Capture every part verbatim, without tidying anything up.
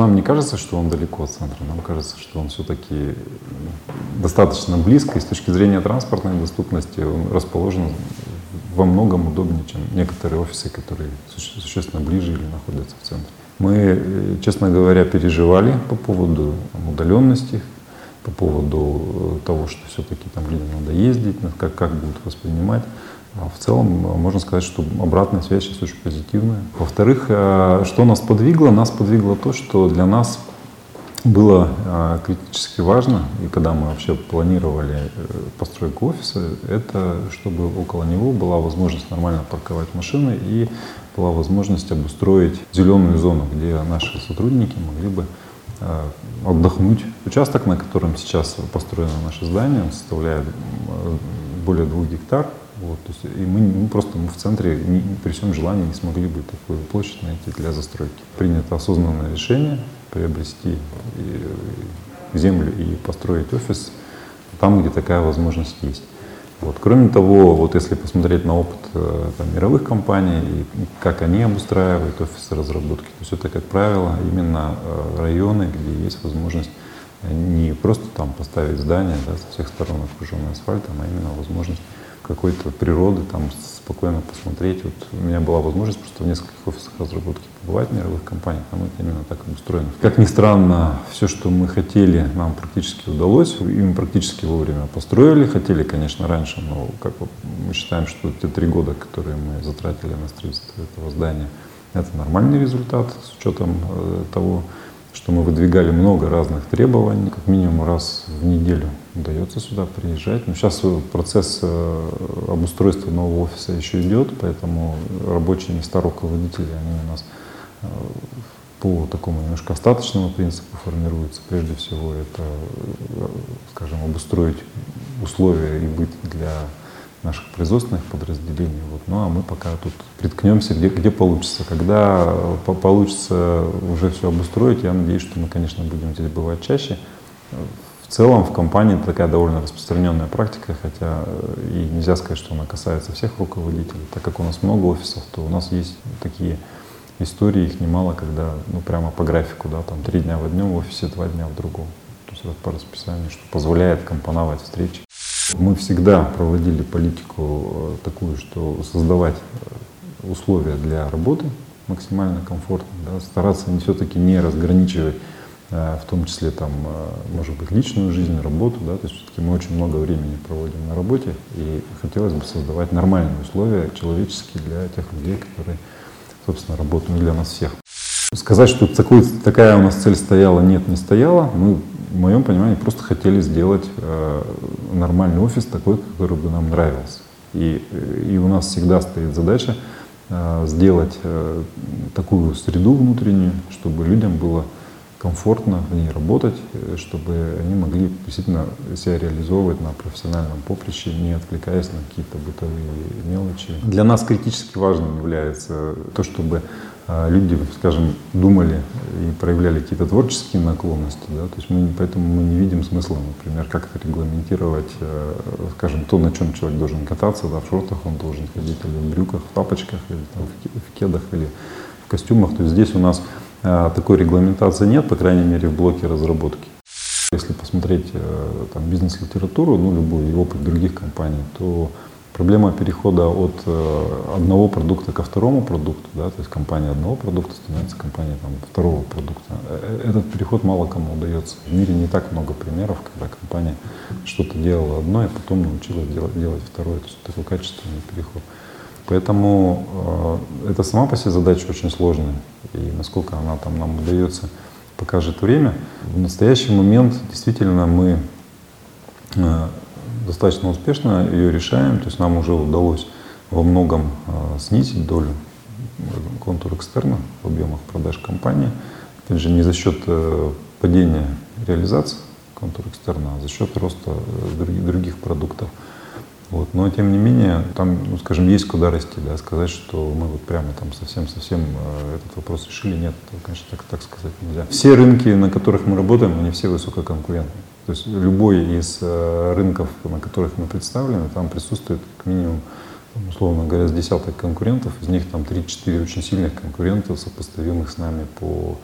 нам не кажется, что он далеко от центра, нам кажется, что он все-таки достаточно близко, и с точки зрения транспортной доступности он расположен во многом удобнее, чем некоторые офисы, которые существенно ближе или находятся в центре. Мы, честно говоря, переживали по поводу там, удаленности, по поводу того, что все-таки там людям надо ездить, как, как будут воспринимать. А в целом можно сказать, что обратная связь сейчас очень позитивная. Во-вторых, что нас подвигло? Нас подвигло то, что для нас было критически важно, и когда мы вообще планировали постройку офиса, это чтобы около него была возможность нормально парковать машины и была возможность обустроить зеленую зону, где наши сотрудники могли бы отдохнуть. Участок, на котором сейчас построено наше здание, он составляет более двух гектар. Вот, то есть, и мы, мы просто мы в центре не, при всем желании не смогли бы такую площадь найти для застройки. Принято осознанное решение приобрести и, и землю и построить офис там, где такая возможность есть. Вот. Кроме того, вот если посмотреть на опыт там, мировых компаний и как они обустраивают офисы разработки, то есть это, как правило, именно районы, где есть возможность не просто там поставить здание, да, со всех сторон окруженное асфальтом, а именно возможность какой-то природы, там спокойно посмотреть. Вот у меня была возможность просто в нескольких офисах разработки побывать в мировых компаниях, там это именно так обустроено. Как ни странно, все, что мы хотели, нам практически удалось, и мы практически вовремя построили. Хотели, конечно, раньше, но как вот мы считаем, что те три года, которые мы затратили на строительство этого здания, это нормальный результат с учетом э, того, что мы выдвигали много разных требований, как минимум раз в неделю удается сюда приезжать. Но сейчас процесс обустройства нового офиса еще идет, поэтому рабочие места руководителей, они у нас по такому немножко остаточному принципу формируются. Прежде всего, это, скажем, обустроить условия и быт для наших производственных подразделений. Вот. Ну а мы пока тут приткнемся, где, где получится. Когда по получится уже все обустроить, я надеюсь, что мы, конечно, будем здесь бывать чаще. В целом в компании это такая довольно распространенная практика, хотя и нельзя сказать, что она касается всех руководителей. Так как у нас много офисов, то у нас есть такие истории, их немало, когда ну, прямо по графику, да, там три дня в одном офисе, два дня в другом. То есть по расписанию, что позволяет компоновать встречи. Мы всегда проводили политику такую, что создавать условия для работы максимально комфортные, да, стараться все-таки не разграничивать, в том числе там, может быть, личную жизнь, работу, да, то есть все-таки мы очень много времени проводим на работе, и хотелось бы создавать нормальные условия человеческие для тех людей, которые, собственно, работают для нас всех. Сказать, что такой, такая у нас цель стояла, нет, не стояла. Мы, в моем понимании, просто хотели сделать э, нормальный офис такой, который бы нам нравился. И, и у нас всегда стоит задача э, сделать э, такую среду внутреннюю, чтобы людям было комфортно в ней работать, чтобы они могли действительно себя реализовывать на профессиональном поприще, не отвлекаясь на какие-то бытовые мелочи. Для нас критически важным является то, чтобы люди, скажем, думали и проявляли какие-то творческие наклонности, да, то есть мы, поэтому мы не видим смысла, например, как-то регламентировать, скажем, то, на чем человек должен кататься, да, в шортах он должен ходить, или в брюках, в тапочках, или там, в кедах, или в костюмах. То есть здесь у нас такой регламентации нет, по крайней мере, в блоке разработки. Если посмотреть там, бизнес-литературу, ну, любой опыт других компаний, то проблема перехода от одного продукта ко второму продукту, да, то есть компания одного продукта становится компанией там, второго продукта. Этот переход мало кому удается. В мире не так много примеров, когда компания что-то делала одно, и потом научилась делать, делать второе. То есть такой качественный переход. Поэтому э, это сама по себе задача очень сложная. И насколько она там нам удается, покажет время. В настоящий момент действительно мы э, достаточно успешно ее решаем. То есть нам уже удалось во многом э, снизить долю контур экстерна в объемах продаж компании. Опять же, не за счет э, падения реализации контур экстерна, а за счет роста э, других, других продуктов. Вот. Но тем не менее, там, ну, скажем, есть куда расти, да, сказать, что мы вот прямо там совсем-совсем э, этот вопрос решили, нет, это, конечно, так, так сказать нельзя. Все рынки, на которых мы работаем, они все высококонкурентные. То есть любой из э, рынков, на которых мы представлены, там присутствует как минимум, там, условно говоря, с десяток конкурентов, из них там три-четыре очень сильных конкурента, сопоставимых с нами по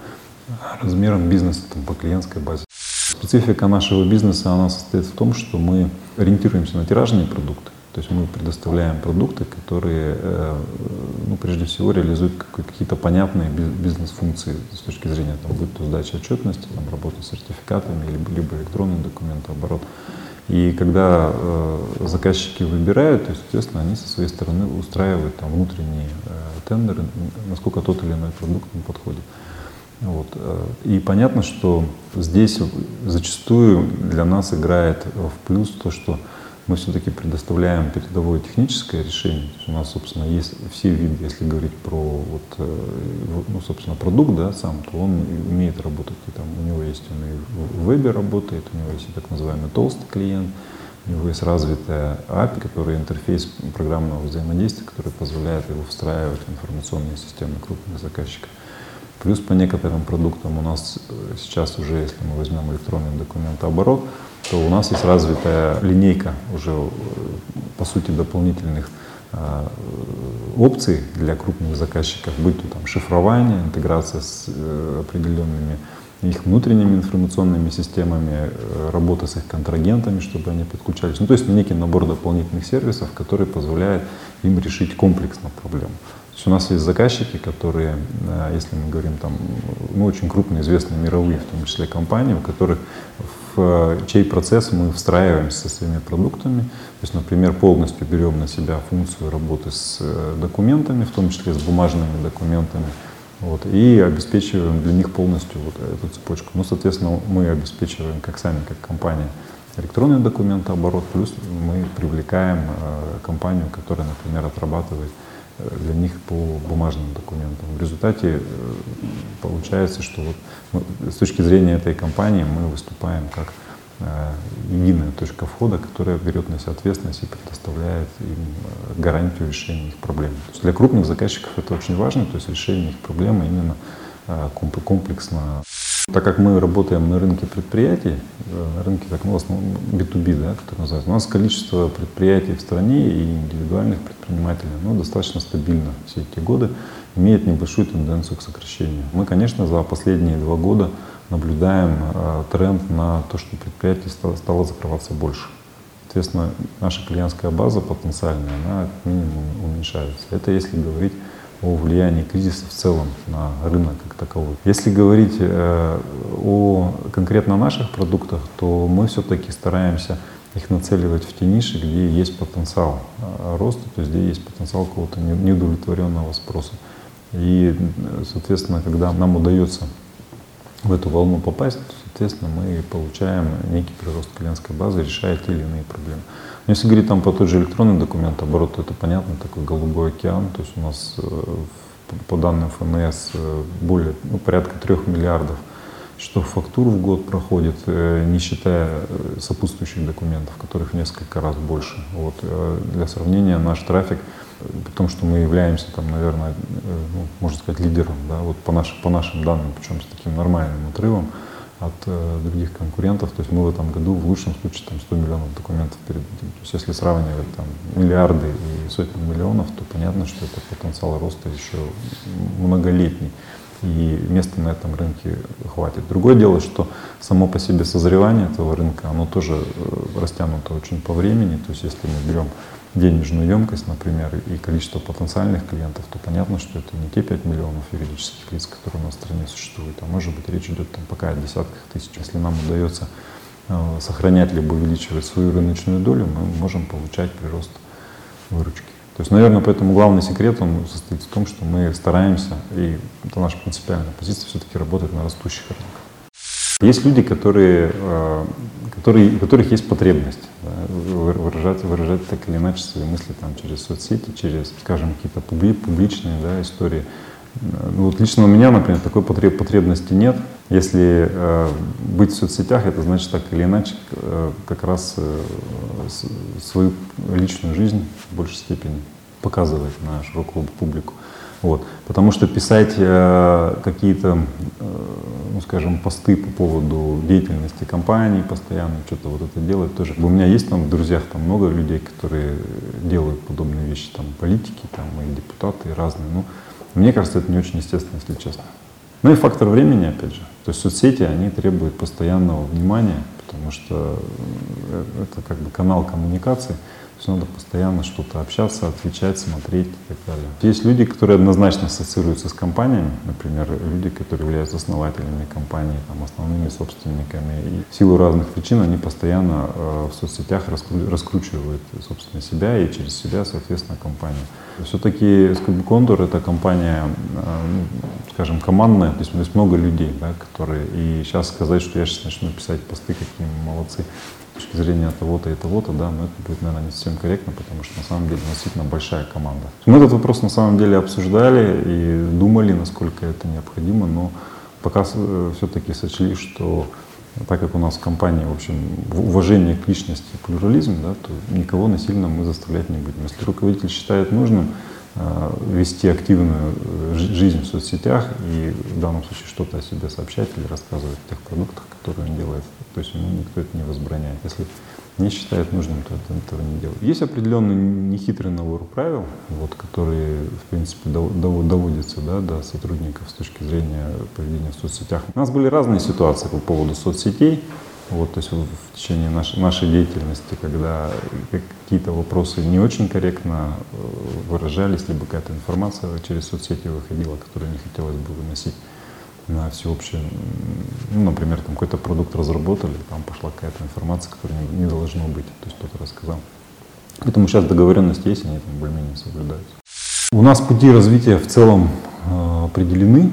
размером бизнеса там, по клиентской базе. Специфика нашего бизнеса, она состоит в том, что мы ориентируемся на тиражные продукты. То есть мы предоставляем продукты, которые, ну, прежде всего, реализуют какие-то понятные бизнес-функции с точки зрения, там, будь то сдача отчетности, там, работа с сертификатами, либо, либо электронный документооборот. И когда э, заказчики выбирают, то, естественно, они со своей стороны устраивают там, внутренние э, тендеры, насколько тот или иной продукт им подходит. Вот. И понятно, что здесь зачастую для нас играет в плюс то, что мы все-таки предоставляем передовое техническое решение. То есть у нас, собственно, есть все виды, если говорить про вот, ну, собственно, продукт, да, сам, то он умеет работать. И там, у него есть, он и в вебе работает, у него есть и так называемый толстый клиент, у него есть развитая эй пи ай, который интерфейс программного взаимодействия, который позволяет его встраивать в информационные системы крупных заказчиков. Плюс по некоторым продуктам у нас сейчас уже, если мы возьмем электронный документооборот, то у нас есть развитая линейка уже, по сути, дополнительных э, опций для крупных заказчиков, будь то там шифрование, интеграция с э, определенными их внутренними информационными системами, э, работа с их контрагентами, чтобы они подключались. Ну, то есть некий набор дополнительных сервисов, который позволяет им решить комплексно проблему. То есть у нас есть заказчики, которые, если мы говорим там, ну, очень крупные, известные мировые, в том числе компании, у которых в чей процесс мы встраиваемся со своими продуктами. То есть, например, полностью берем на себя функцию работы с документами, в том числе с бумажными документами, вот, и обеспечиваем для них полностью вот эту цепочку. Ну, соответственно, мы обеспечиваем как сами, как компания, электронный документооборот, плюс мы привлекаем э, компанию, которая, например, отрабатывает для них по бумажным документам. В результате э, получается, что вот, ну, с точки зрения этой компании мы выступаем как э, единая точка входа, которая берет на себя ответственность и предоставляет им гарантию решения их проблем. То есть для крупных заказчиков это очень важно, то есть решение их проблемы именно э, комплексно. Так как мы работаем на рынке предприятий, на рынке так, ну, в основном би ту би, да, который называется, у нас количество предприятий в стране и индивидуальных предпринимателей, ну, достаточно стабильно все эти годы, имеет небольшую тенденцию к сокращению. Мы, конечно, за последние два года наблюдаем э, тренд на то, что предприятий стало, стало закрываться больше. Соответственно, наша клиентская база потенциальная, она как минимум уменьшается. Это если говорить о влиянии кризиса в целом на рынок как таковой. Если говорить э, о конкретно наших продуктах, то мы все-таки стараемся их нацеливать в те ниши, где есть потенциал э, роста, то есть где есть потенциал какого-то неудовлетворенного спроса. И, соответственно, когда нам удается в эту волну попасть, то, соответственно, мы получаем некий прирост клиентской базы, решая те или иные проблемы. Но если говорить там про тот же электронный документооборот, то это, понятно, такой голубой океан. То есть у нас по данным эф эн эс более, ну, порядка трех миллиардов счетов фактур в год проходит, не считая сопутствующих документов, которых в несколько раз больше. Вот. Для сравнения, наш трафик, при том, что мы являемся, там, наверное, ну, можно сказать, лидером, да, вот по, наш, по нашим данным, причем с таким нормальным отрывом от э, других конкурентов, то есть мы в этом году в лучшем случае там сто миллионов документов передадим. То есть если сравнивать там миллиарды и сотни миллионов, то понятно, что это потенциал роста еще многолетний. И места на этом рынке хватит. Другое дело, что само по себе созревание этого рынка, оно тоже растянуто очень по времени. То есть если мы берем денежную емкость, например, и количество потенциальных клиентов, то понятно, что это не те пять миллионов юридических лиц, которые у нас в стране существуют, а может быть речь идет там пока о десятках тысяч. Если нам удается э, сохранять либо увеличивать свою рыночную долю, мы можем получать прирост выручки. То есть, наверное, поэтому главный секрет он состоит в том, что мы стараемся, и это наша принципиальная позиция, все-таки работать на растущих рынках. Есть люди, которые, которые, у которых есть потребность, да, выражать, выражать так или иначе свои мысли там, через соцсети, через, скажем, какие-то публи, публичные, да, истории. Ну, вот лично у меня, например, такой потреб, потребности нет. Если э, быть в соцсетях, это значит так или иначе э, как раз э, свою личную жизнь в большей степени показывать на широкую публику. Вот. Потому что писать э, какие-то, э, ну, скажем, посты по поводу деятельности компании постоянно, что-то вот это делать тоже. У меня есть там в друзьях там много людей, которые делают подобные вещи, там политики, там и депутаты, и разные. Ну, мне кажется, это не очень естественно, если честно. Ну и фактор времени, опять же. То есть соцсети, они требуют постоянного внимания, потому что это как бы канал коммуникации. То есть надо постоянно что-то общаться, отвечать, смотреть и так далее. Есть люди, которые однозначно ассоциируются с компаниями, например, люди, которые являются основателями компании, там, основными собственниками. И в силу разных причин они постоянно э, в соцсетях раскру- раскручивают, собственно, себя и через себя, соответственно, компанию. Все-таки Скобикондур — это компания, э, ну, скажем, командная, то есть, то есть много людей, да, которые… И сейчас сказать, что я сейчас начну писать посты, какие мы молодцы, с точки зрения того-то и того-то, да, но это будет, наверное, не совсем корректно, потому что на самом деле действительно большая команда. Мы этот вопрос на самом деле обсуждали и думали, насколько это необходимо, но пока все-таки сочли, что так как у нас в компании, в общем, уважение к личности, плюрализм, да, то никого насильно мы заставлять не будем. Если руководитель считает нужным э, вести активную жизнь в соцсетях и в данном случае что-то о себе сообщать или рассказывать о тех продуктах, которые он делает, то есть ему никто это не возбраняет. Если не считает нужным, то это, этого не делает. Есть определенный нехитрый набор правил, вот, которые, в принципе, доводятся, да, до сотрудников с точки зрения поведения в соцсетях. У нас были разные ситуации по поводу соцсетей. Вот, то есть в течение нашей, нашей деятельности, когда какие-то вопросы не очень корректно выражались, либо какая-то информация через соцсети выходила, которую не хотелось бы выносить на всеобщее, ну, например, там какой-то продукт разработали, там пошла какая-то информация, которая не, не должно быть, то есть кто-то рассказал. Поэтому сейчас договоренности есть, они там более-менее соблюдаются. У нас пути развития в целом э, определены.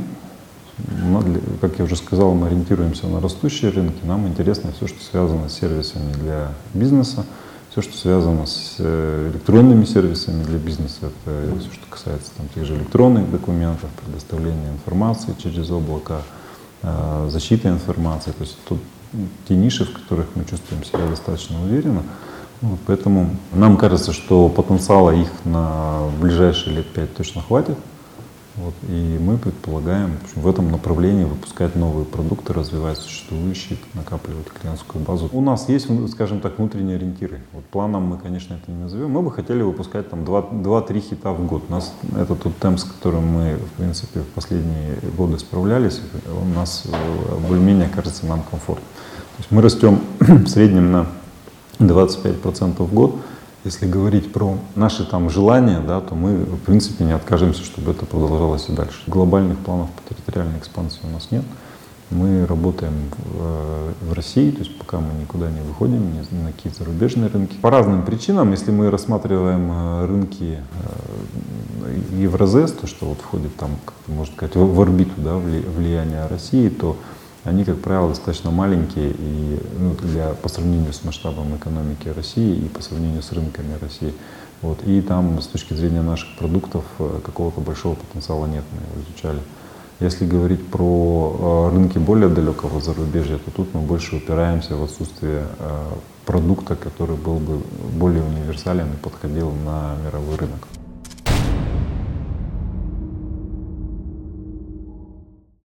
Как я уже сказал, мы ориентируемся на растущие рынки. Нам интересно все, что связано с сервисами для бизнеса, все, что связано с электронными сервисами для бизнеса. Это все, что касается там, тех же электронных документов, предоставления информации через облако, защиты информации. То есть тут те ниши, в которых мы чувствуем себя достаточно уверенно. Вот, поэтому нам кажется, что потенциала их на ближайшие лет пять точно хватит. Вот, и мы предполагаем в, общем, в этом направлении выпускать новые продукты, развивать существующие, накапливать клиентскую базу. У нас есть, скажем так, внутренние ориентиры. Вот планом мы, конечно, это не назовем. Мы бы хотели выпускать там два-три хита в год. У нас это тот темп, с которым мы, в принципе, в последние годы справлялись. У нас более-менее кажется нам комфортно. То есть мы растем в среднем на двадцать пять процентов в год. Если говорить про наши там желания, да, то мы, в принципе, не откажемся, чтобы это продолжалось и дальше. Глобальных планов по территориальной экспансии у нас нет. Мы работаем в, в России, то есть пока мы никуда не выходим, ни на какие зарубежные рынки. По разным причинам, если мы рассматриваем рынки Евразес, то, что вот входит там, можно сказать, в, в орбиту, да, влияния России, то они, как правило, достаточно маленькие и, ну, для, по сравнению с масштабом экономики России и по сравнению с рынками России. Вот. И там с точки зрения наших продуктов какого-то большого потенциала нет, мы его изучали. Если говорить про рынки более далекого зарубежья, то тут мы больше упираемся в отсутствие продукта, который был бы более универсален и подходил на мировой рынок.